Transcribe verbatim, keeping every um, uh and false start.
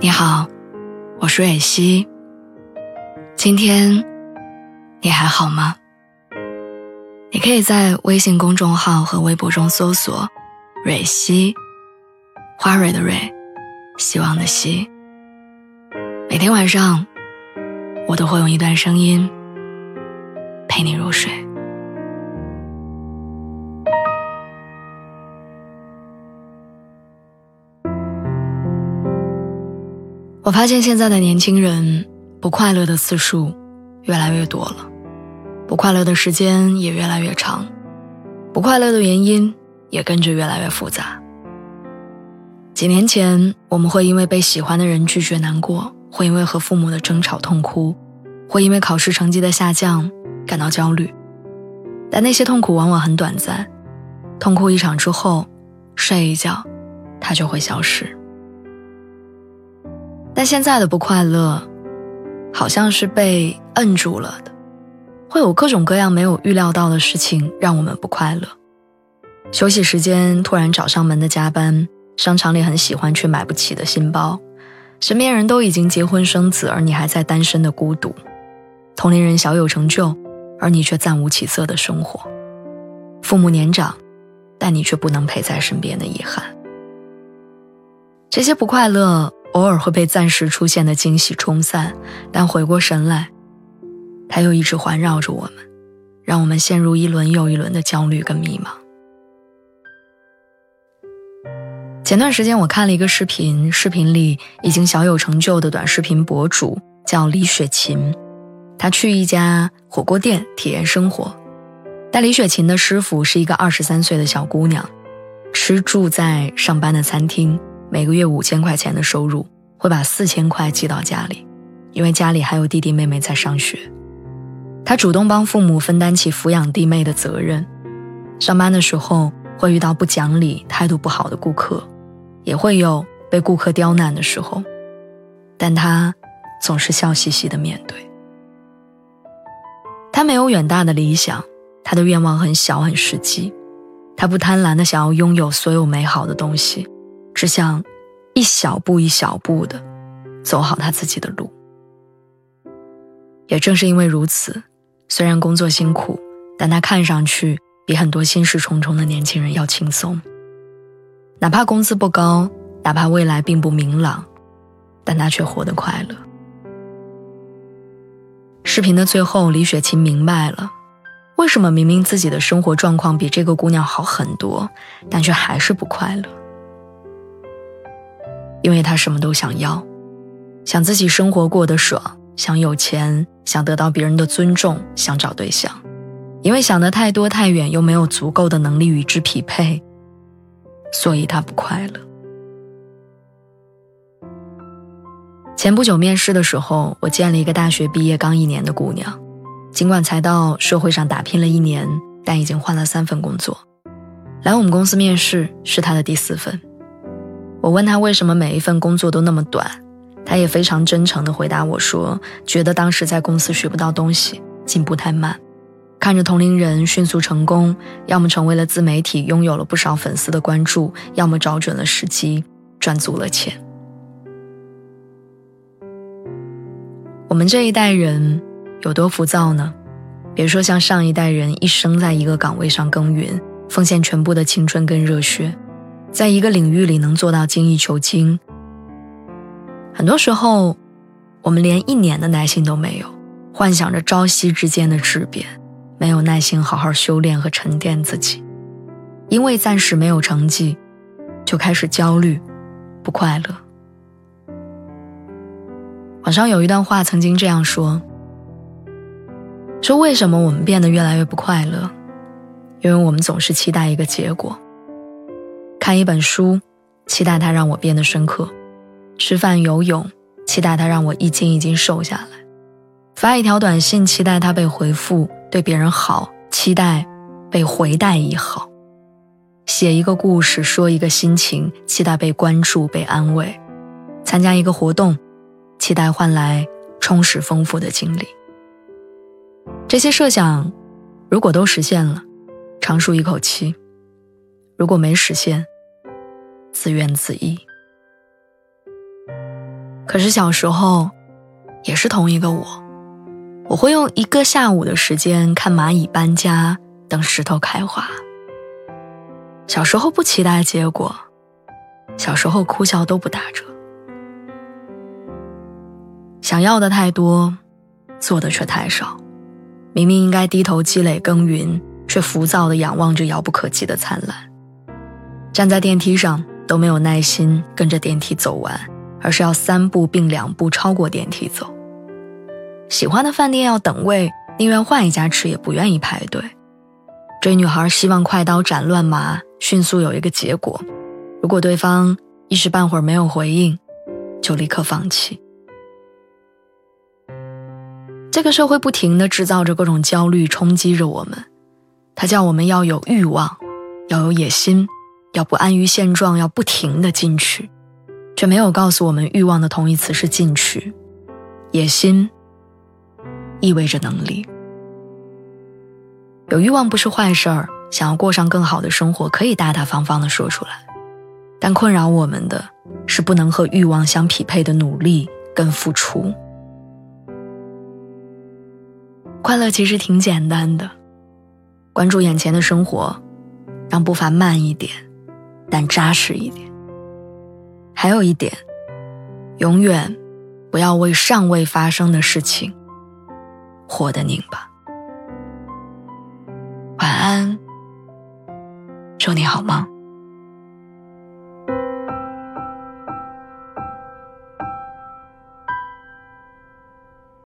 你好，我是蕊希。今天你还好吗？你可以在微信公众号和微博中搜索蕊希，花蕊的蕊，希望的希。每天晚上我都会用一段声音陪你入睡。我发现现在的年轻人不快乐的次数越来越多了，不快乐的时间也越来越长，不快乐的原因也跟着越来越复杂。几年前，我们会因为被喜欢的人拒绝难过，会因为和父母的争吵痛哭，会因为考试成绩的下降感到焦虑。但那些痛苦往往很短暂，痛哭一场之后，睡一觉，它就会消失。但现在的不快乐好像是被摁住了的，会有各种各样没有预料到的事情让我们不快乐。休息时间突然找上门的加班，商场里很喜欢却买不起的新包，身边人都已经结婚生子，而你还在单身的孤独，同龄人小有成就，而你却暂无起色的生活，父母年长，但你却不能陪在身边的遗憾。这些不快乐偶尔会被暂时出现的惊喜冲散，但回过神来，它又一直环绕着我们，让我们陷入一轮又一轮的焦虑跟迷茫。前段时间我看了一个视频，视频里已经小有成就的短视频博主叫李雪琴，她去一家火锅店体验生活，但李雪琴的师傅是一个二十三岁的小姑娘，吃住在上班的餐厅，每个月五千块钱的收入，会把四千块寄到家里，因为家里还有弟弟妹妹在上学。他主动帮父母分担起抚养弟妹的责任。上班的时候会遇到不讲理、态度不好的顾客，也会有被顾客刁难的时候，但他总是笑嘻嘻地面对。他没有远大的理想，他的愿望很小很实际，他不贪婪地想要拥有所有美好的东西，只想一小步一小步地走好他自己的路。也正是因为如此，虽然工作辛苦，但他看上去比很多心事重重的年轻人要轻松。哪怕工资不高，哪怕未来并不明朗，但他却活得快乐。视频的最后，李雪琴明白了，为什么明明自己的生活状况比这个姑娘好很多，但却还是不快乐。因为他什么都想要，想自己生活过得爽，想有钱，想得到别人的尊重，想找对象。因为想得太多太远，又没有足够的能力与之匹配，所以他不快乐。前不久面试的时候，我见了一个大学毕业刚一年的姑娘，尽管才到社会上打拼了一年，但已经换了三份工作。来我们公司面试是她的第四份。我问她为什么每一份工作都那么短，她也非常真诚地回答我说，觉得当时在公司学不到东西，进步太慢，看着同龄人迅速成功，要么成为了自媒体，拥有了不少粉丝的关注，要么找准了时机，赚足了钱。我们这一代人有多浮躁呢？别说像上一代人一生在一个岗位上耕耘，奉献全部的青春跟热血，在一个领域里能做到精益求精。很多时候我们连一年的耐心都没有，幻想着朝夕之间的质变，没有耐心好好修炼和沉淀自己，因为暂时没有成绩就开始焦虑不快乐。网上有一段话曾经这样说，说为什么我们变得越来越不快乐？因为我们总是期待一个结果。看一本书，期待它让我变得深刻；吃饭游泳，期待它让我一斤一斤瘦下来；发一条短信，期待它被回复；对别人好，期待被回带以好；写一个故事，说一个心情，期待被关注被安慰；参加一个活动，期待换来充实丰富的经历。这些设想如果都实现了，长舒一口气；如果没实现，自怨自艾。 可是小时候也是同一个我，我会用一个下午的时间看蚂蚁搬家，等石头开花。小时候不期待结果，小时候哭笑都不打折。想要的太多，做的却太少。明明应该低头积累耕耘，却浮躁地仰望着遥不可及的灿烂。站在电梯上都没有耐心跟着电梯走完，而是要三步并两步超过电梯走。喜欢的饭店要等位，宁愿换一家吃也不愿意排队。追女孩希望快刀斩乱麻，迅速有一个结果，如果对方一时半会儿没有回应，就立刻放弃。这个社会不停地制造着各种焦虑，冲击着我们。它叫我们要有欲望，要有野心，要不安于现状，要不停地进取，却没有告诉我们欲望的同义词是进取。野心意味着能力。有欲望不是坏事儿，想要过上更好的生活，可以大大方方地说出来。但困扰我们的是不能和欲望相匹配的努力跟付出。快乐其实挺简单的，关注眼前的生活，让步伐慢一点，但扎实一点。还有一点，永远不要为尚未发生的事情活得拧巴。晚安，祝你好梦。